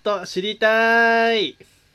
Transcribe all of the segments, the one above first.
ト知りたい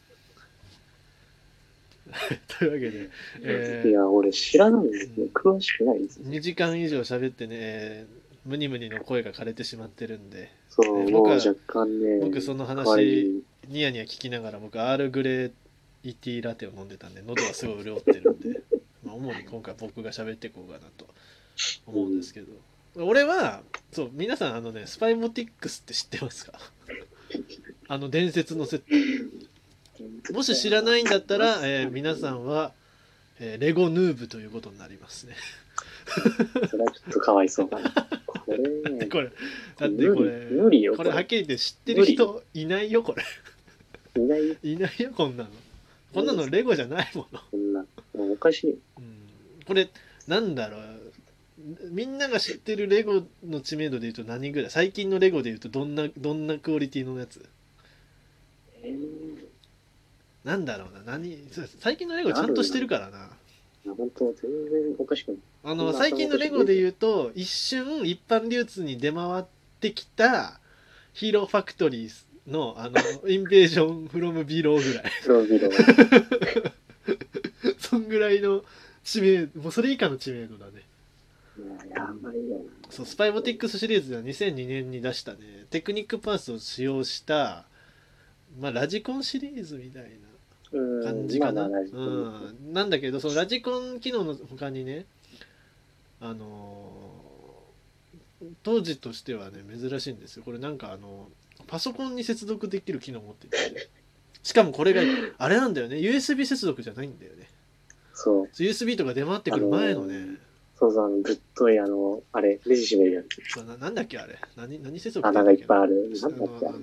というわけで、 いや、俺知らないんですよ。詳しくないですよ。 2時間以上喋ってね、ムニムニの声が枯れてしまってるんで、 そう、もう若干ね、 僕その代わ話りニヤニヤ聞きながら僕アールグレイティーラテを飲んでたんで喉はすごい潤ってるんで、まあ、主に今回僕が喋っていこうかなと思うんですけど、俺はそう皆さんスパイモティックスって知ってますか？伝説のセット。もし知らないんだったら、皆さんは、レゴヌーブということになりますね。 それはちょっとかわいそうかな。これね、 これだってこれ無理よ。 これはっきり言って知ってる人いないよこれ。 いないよ。 いないよこんなの。こんなのレゴじゃないもの。 こんな、もうおかしいよ。 これなんだろう。みんなが知ってるレゴの知名度で言うと何ぐらい？最近のレゴで言うとどんなクオリティのやつ？なんだろうな。最近のレゴちゃんとしてるからな。 本当全然おかしくない。 最近のレゴで言うと一瞬一般流通に出回ってきたヒーローファクトリーのインベージョンフロムビローぐらい。そんぐらいの知名度、もうそれ以下の知名度だね。 やばいよ。 そう、スパイボティックスシリーズでは2002年に出したね、テクニックパーツを使用した、まあラジコンシリーズみたいな感じかな。なんだけど、そのラジコン機能の他にね、当時としてはね珍しいんですよ。これなんかパソコンに接続できる機能を持ってて、しかもこれがあれなんだよね、 USB 接続じゃないんだよね。 そう USB とか出回ってくる前のね、 そうそう、ぶっといあれレジ閉めるやつ。 なんだっけあれ、何接続穴がいっぱいある。なんだっけ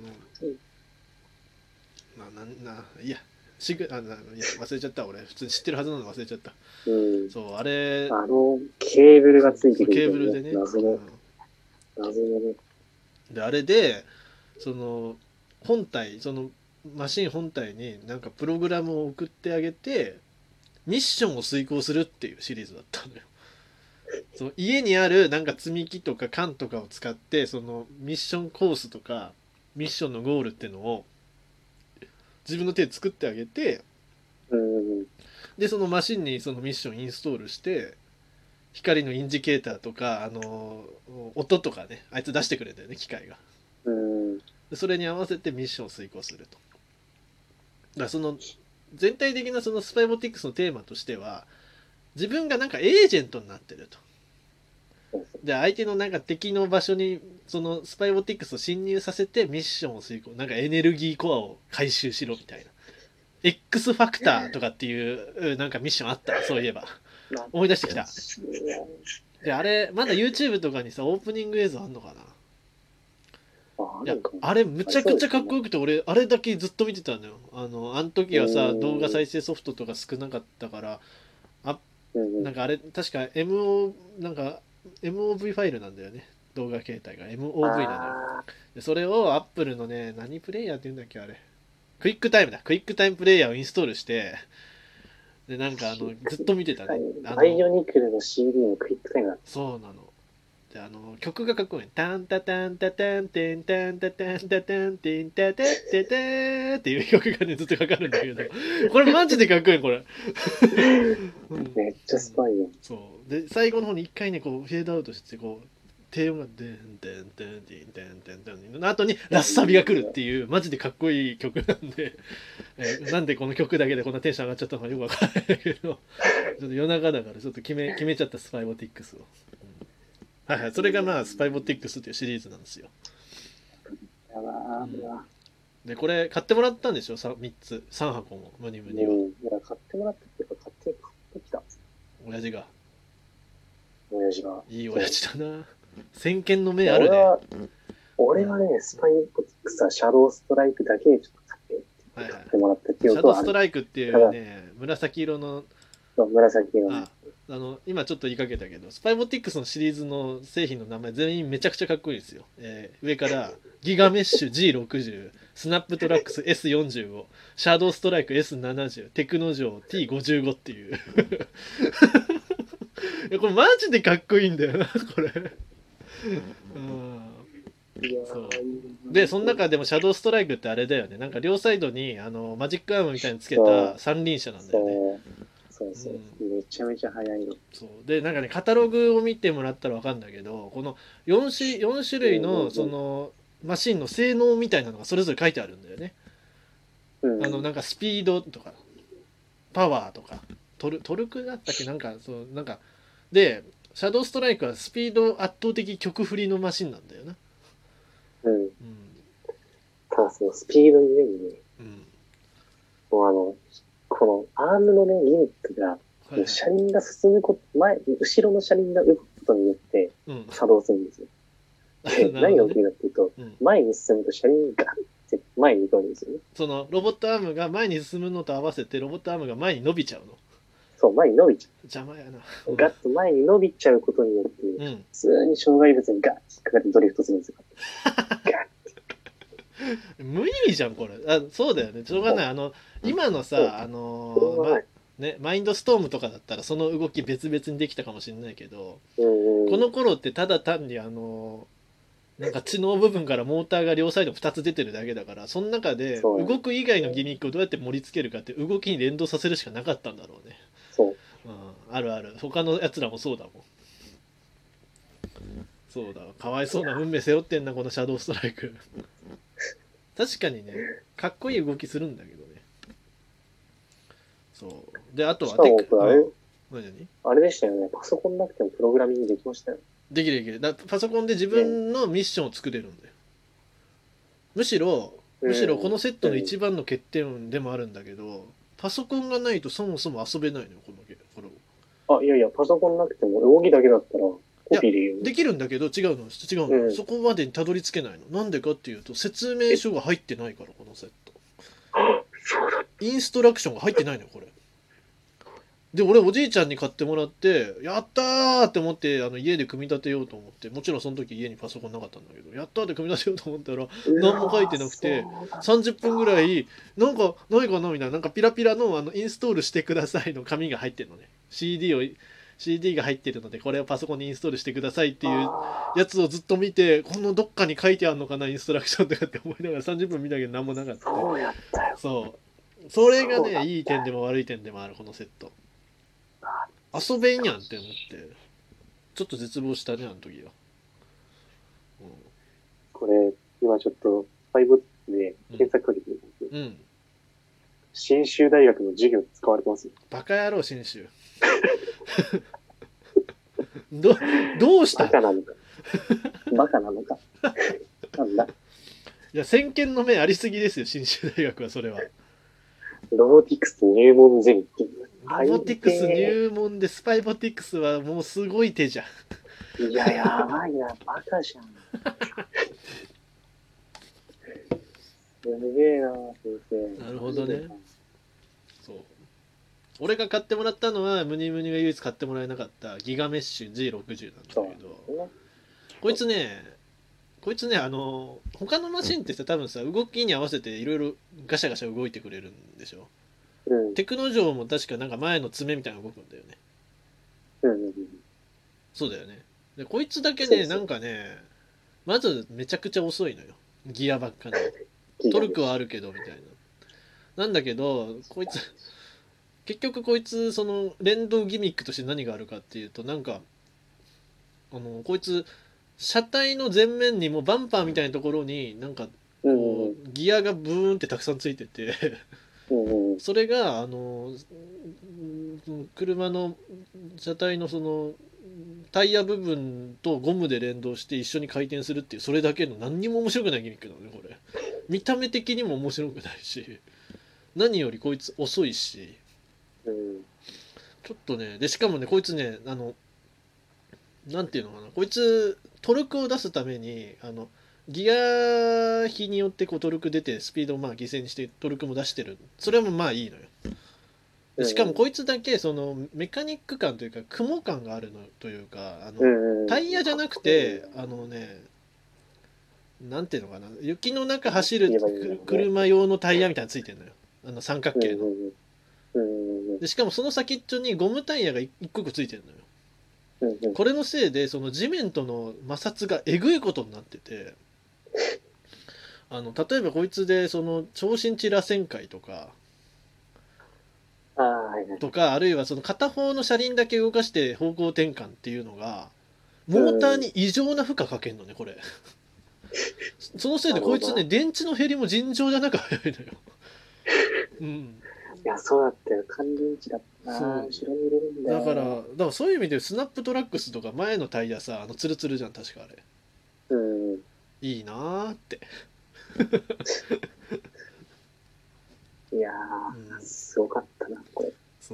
いやいや忘れちゃった。俺普通に知ってるはずなの忘れちゃった。そうあれケーブルがついてくる、 ケーブルでね、 謎のね。 であれでその本体、そのマシン本体になんかプログラムを送ってあげてミッションを遂行するっていうシリーズだったのよ。その家にあるなんか積み木とか缶とかを使ってそのミッションコースとかミッションのゴールっていうのを自分の手で作ってあげて、でそのマシンにそのミッションインストールして光のインジケーターとか音とかねあいつ出してくれるんだよね、機械が。でそれに合わせてミッションを遂行すると。だからその全体的なそのスパイボティックスのテーマとしては自分がなんかエージェントになってると。で相手のなんか敵の場所にそのスパイボティックスを侵入させてミッションを遂行、なんかエネルギーコアを回収しろみたいな X ファクターとかっていうなんかミッションあった。そういえば思い出してきた。であれまだ YouTube とかにさオープニング映像あんのかな。いやあれむちゃくちゃかっこよくて俺あれだけずっと見てたんだよ。あの時はさ動画再生ソフトとか少なかったからなんかあれ確か なんか MOV ファイルなんだよね、動画形態が MOV なのよ。でそれを Apple のね何プレイヤーって言うんだっけあれ、クイックタイムプレイヤーをインストールしてでなんかずっと見てたね。 バイオニクルの CD のクイックタイムだった。 そうなの。で曲がかっこいい。タンタタンタタンテンタンタタンタタンテンタタッテターっていう曲がねずっとかかるんだけど、これマジでかっこいいこれ。 めっちゃスパイよ。 そうで最後の方に一回ねこうフェードアウトしてこう低音がデンデンデンデンデンデンデンの後にラスサビが来るっていうマジでかっこいい曲なんで、なんでこの曲だけでこんなテンション上がっちゃったのかよくわからないけど、ちょっと夜中だからちょっと決めちゃったスパイボティックスを。はいはい、それがまあスパイボティックスっていうシリーズなんですよ。でこれ買ってもらったんでしょ、3つ3箱もムニムニは。 いや買ってもらったっていうか買ってきた。親父がいい親父だな。先見の目あるね。 俺はねスパイボティックスはシャドウストライクだけちょっと買ってもらった記憶はある。シャドウストライクっていうね紫色の紫色の今ちょっと言いかけたけどスパイボティックスのシリーズの製品の名前全員めちゃくちゃかっこいいですよ。上からギガメッシュ G60、 スナップトラックス S45、 シャドウストライク S70、 テクノジョー T55 っていうこれマジでかっこいいんだよなこれ。 いやそうーでその中でもシャドウストライクってあれだよね、なんか両サイドにマジックアームみたいにつけた三輪車なんだよね。 そう、めちゃめちゃ速いの。 そうでなんかねカタログを見てもらったら分かるんだけど、この4種類のそのマシンの性能みたいなのがそれぞれ書いてあるんだよね。なんかスピードとかパワーとかトルクだったっけ、なんかそうなんかでシャドウストライクはスピード圧倒的曲振りのマシンなんだよな。 ただそのスピードゆえにね、もうこのアームのね、ギミックが、車輪が進む後ろの車輪が動くことによって作動するんですよ。で何が起きるかっていうと、前に進むと車輪が前に行くんですよね。 そのロボットアームが前に進むのと合わせてロボットアームが前に伸びちゃうの。 そう、前に伸びちゃう。 邪魔やな。 ガッと前に伸びちゃうことによって、普通に障害物にガッと引っかかってドリフトするんですよ。 無意味じゃんこれ。そうだよね、しょうがない。今のさマインドストームとかだったらその動き別々にできたかもしれないけど、この頃ってただ単になんか知能部分からモーターが両サイド2つ出てるだけだから、その中で動く以外のギミックをどうやって盛り付けるかって動きに連動させるしかなかったんだろうね。 そう、 あるある、他のやつらもそうだもん。そうだ、かわいそうな運命背負ってんなこのシャドウストライク。確かにね、かっこいい動きするんだけどね。そうで、あとはあれでしたよね、パソコンなくてもプログラミングできましたよ。 できるできる。パソコンで自分のミッションを作れるんだよ。むしろこのセットの一番の欠点でもあるんだけど、パソコンがないとそもそも遊べないのよこれ。 いやいや、パソコンなくても動きだけだったらコピーできる。 できるんだけど違うの、そこまでにたどり着けないの。なんでかっていうと説明書が入ってないから、このセット。インストラクションが入ってないのよこれ。で俺おじいちゃんに買ってもらってやったーって思って家で組み立てようと思って、もちろんその時家にパソコンなかったんだけど、やったーって組み立てようと思ったら何も書いてなくて、30分ぐらいなんかないかなみたいな、なんかピラピラのインストールしてくださいの紙が入ってるのね。 CD が入ってるのでこれをパソコンにインストールしてくださいっていうやつをずっと見て、このどっかに書いてあるのかなインストラクションとかって思いながら30分見たけど何もなかった。 そうやったよ。 それがねいい点でも悪い点でもあるこのセット。遊べんやんって思ってちょっと絶望したねあの時は。 これ今ちょっとスパイボットで検索かけてみたんですけど、信州大学の授業で使われてますよ。 バカ野郎信州。どうした？ バカなのか。バカなのか。なんだ。 いや先見の目ありすぎですよ信州大学は。それはロボティクス入門ゼミっていう。 ロボティクス入門でスパイボティクスはもうすごい手じゃん。 いや、やばいな、バカじゃん。すげえな、先生。 なるほどね。そう。俺が買ってもらったのはムニムニが唯一買ってもらえなかったギガメッシュ G60 なんだけど、こいつね他のマシンってさ多分さ動きに合わせていろいろガシャガシャ動いてくれるんでしょ。テクノジョーも確かなんか前の爪みたいなの動くんだよね。そうだよね。でこいつだけねなんかねまずめちゃくちゃ遅いのよ。ギアばっかり。トルクはあるけどみたいな。なんだけど結局こいつその連動ギミックとして何があるかっていうと、なんかこいつ車体の前面にもバンパーみたいなところになんかこうギアがブーンってたくさんついててそれが車の車体のそのタイヤ部分とゴムで連動して一緒に回転するっていう、それだけの何にも面白くないギミックなのねこれ。見た目的にも面白くないし、何よりこいつ遅いし、ちょっとね、でしかもねこいつねなんていうのかな、こいつトルクを出すためにギア比によってこうトルク出てスピードをまあ犠牲にしてトルクも出してる。それもまあいいのよ。しかもこいつだけそのメカニック感というか雲感があるのというかタイヤじゃなくてなんていうのかな、雪の中走る車用のタイヤみたいなのついてるのよ。三角形の。でしかもその先っちょにゴムタイヤが一個一個ついてるのよ。これのせいでその地面との摩擦がえぐいことになってて、 例えばこいつでその超新地螺旋階とかあるいはその片方の車輪だけ動かして方向転換っていうのがモーターに異常な負荷かけんのねこれ。そのせいでこいつね電池の減りも尋常じゃなく早いのよ。うん。いやそうだったよ、乾電池だったな。後ろに入れるんだよ。 だからそういう意味でスナップトラックスとか前のタイヤさツルツルじゃん確かあれ。 うん。 いいなーって。 いやー、すごかったなこれ。 そう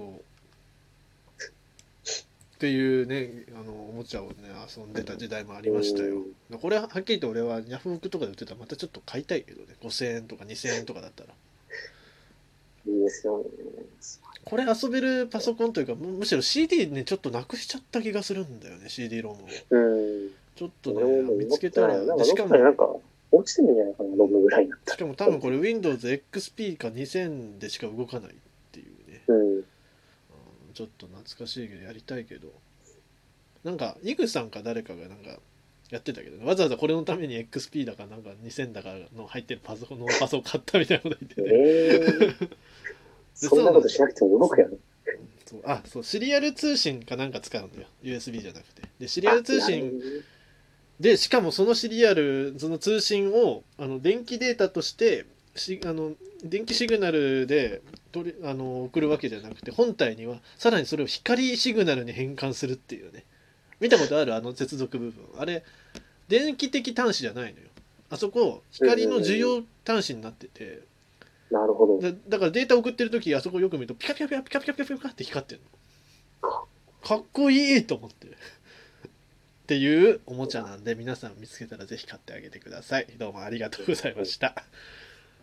っていうねおもちゃをね遊んでた時代もありましたよ。これはっきり言って俺はヤフオクとかで売ってたらまたちょっと買いたいけどね、5000円とか2000円とかだったらいいですよね。 これ遊べるパソコンというかむしろ CD ねちょっとなくしちゃった気がするんだよね CD ロムを。ちょっとね見つけたらしかもなんか落ちてるんじゃないかな、ロムぐらいになったら。 しかも多分これ Windows XP か2000でしか動かないっていうね、ちょっと懐かしいけどやりたいけど、なんかイグさんか誰かがなんかやってたけど、ね、わざわざこれのために XP だかなんか2000だかの入ってるパソコンを買ったみたいなこと言ってて、 そんなことしなくても動くやろ。 そうシリアル通信かなんか使うんだよ USB じゃなくて。でシリアル通信でしかもそのシリアルその通信を電気データとして電気シグナルで送るわけじゃなくて本体にはさらにそれを光シグナルに変換するっていうね。見たことある接続部分あれ電気的端子じゃないのよ。あそこ光の受容端子になってて、 なるほど。 だからデータ送ってる時あそこよく見るとピカピカピカピカピカピカピカって光ってるの。かっこいいと思ってっていうおもちゃなんで皆さん見つけたらぜひ買ってあげてください。どうもありがとうございました。